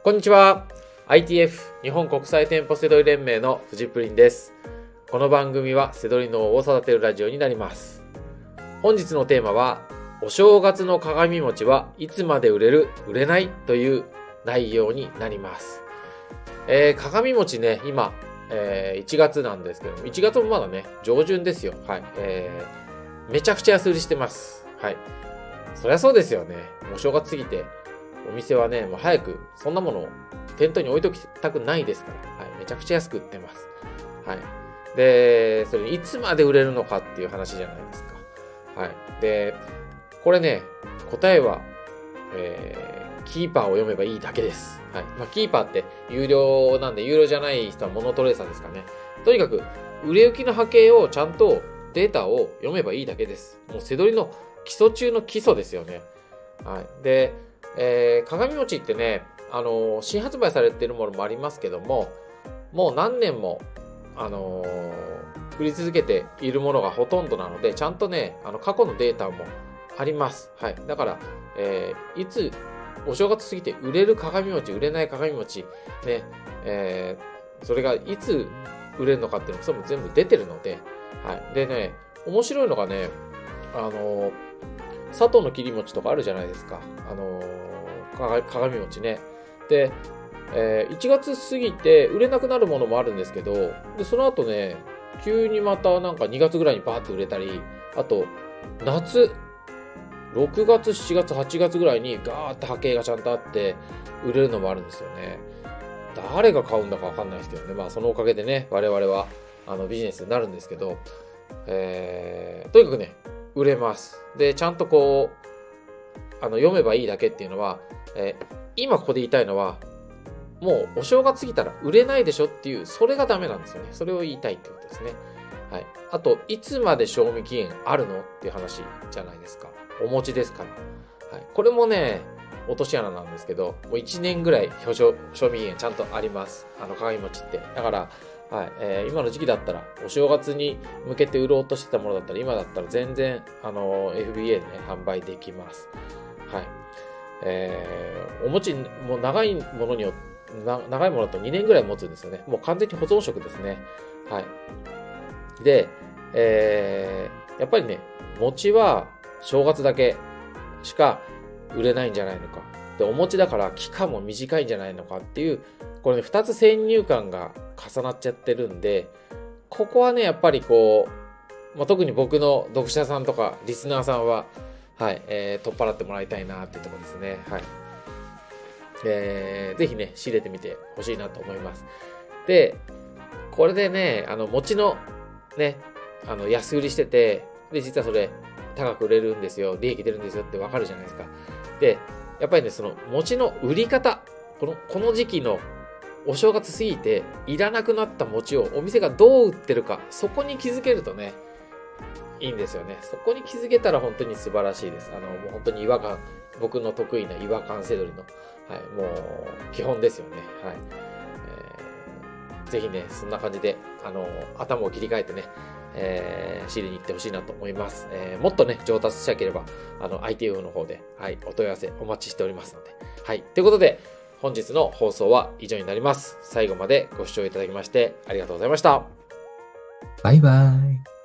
こんにちは。ITF 日本国際店舗セドリ連盟のフジプリンです。この番組はセドリ脳を育てるラジオになります。本日のテーマは、お正月の鏡餅はいつまで売れる売れないという内容になります。鏡餅ね、今、1月なんですけども、1月もまだね上旬ですよ。はい、めちゃくちゃ安売りしてます。はい、そりゃそうですよね。お正月過ぎてお店はね、もう早くそんなものを店頭に置いときたくないですから、はい、めちゃくちゃ安く売ってます。はい、で、それいつまで売れるのかっていう話じゃないですか。はい、で、これね、答えは、キーパーを読めばいいだけです。はい、キーパーって有料なんで、有料じゃない人はモノトレーサーですかね。とにかく売れ行きの波形をちゃんとデータを読めばいいだけです。もうセドリの基礎中の基礎ですよね。はい、で、鏡餅ってね、新発売されているものもありますけども、もう何年も、売り続けているものがほとんどなので、ちゃんとね、過去のデータもあります。はい。だから、いつ、お正月過ぎて売れる鏡餅、売れない鏡餅、ね、それがいつ売れるのかっていうのも、それも全部出てるので、はい。でね、面白いのがね、佐藤の切り餅とかあるじゃないですか。鏡餅ね。で、1月過ぎて売れなくなるものもあるんですけど、でその後ね、急にまたなんか2月ぐらいにバーッと売れたり、あと、夏、6月、7月、8月ぐらいにガーッと波形がちゃんとあって売れるのもあるんですよね。誰が買うんだかわかんないですけどね。そのおかげでね、我々はビジネスになるんですけど、とにかくね、売れます。で、ちゃんとこう、読めばいいだけっていうのは、今ここで言いたいのは、もうお正月過ぎたら売れないでしょっていう、それがダメなんですよね。それを言いたいってことですね。はい。あと、いつまで賞味期限あるのっていう話じゃないですか。お餅ですから。はい。これもね、落とし穴なんですけど、もう1年ぐらい賞味期限ちゃんとあります。鏡餅って。だから、はい、今の時期だったら、お正月に向けて売ろうとしてたものだったら、今だったら全然、FBA でね、販売できます。はい。お餅、もう長いものだと2年ぐらい持つんですよね。もう完全に保存食ですね。はい。で、やっぱりね、餅は正月だけしか売れないんじゃないのか。で、お餅だから期間も短いんじゃないのかっていう、これね、2つ先入観が重なっちゃってるんで、ここはね、やっぱりこう、特に僕の読者さんとかリスナーさんは、はい、取っ払ってもらいたいなっていうところですね。はい。ぜひね、仕入れてみてほしいなと思います。で、これでね、餅のね、安売りしてて、で、実はそれ高く売れるんですよ、利益出るんですよってわかるじゃないですか。で、やっぱりね、その餅の売り方、この時期のお正月過ぎていらなくなった餅をお店がどう売ってるか、そこに気づけるとね、いいんですよね。そこに気づけたら本当に素晴らしいです。もう本当に僕の得意な違和感セドリの、はい、もう基本ですよね。はい。ぜひね、そんな感じで、頭を切り替えてね、仕入れに行ってほしいなと思います。もっとね、上達したければ、ITF の方で、はい、お問い合わせお待ちしておりますので。はい。ということで、本日の放送は以上になります。最後までご視聴いただきましてありがとうございました。 バイバイ。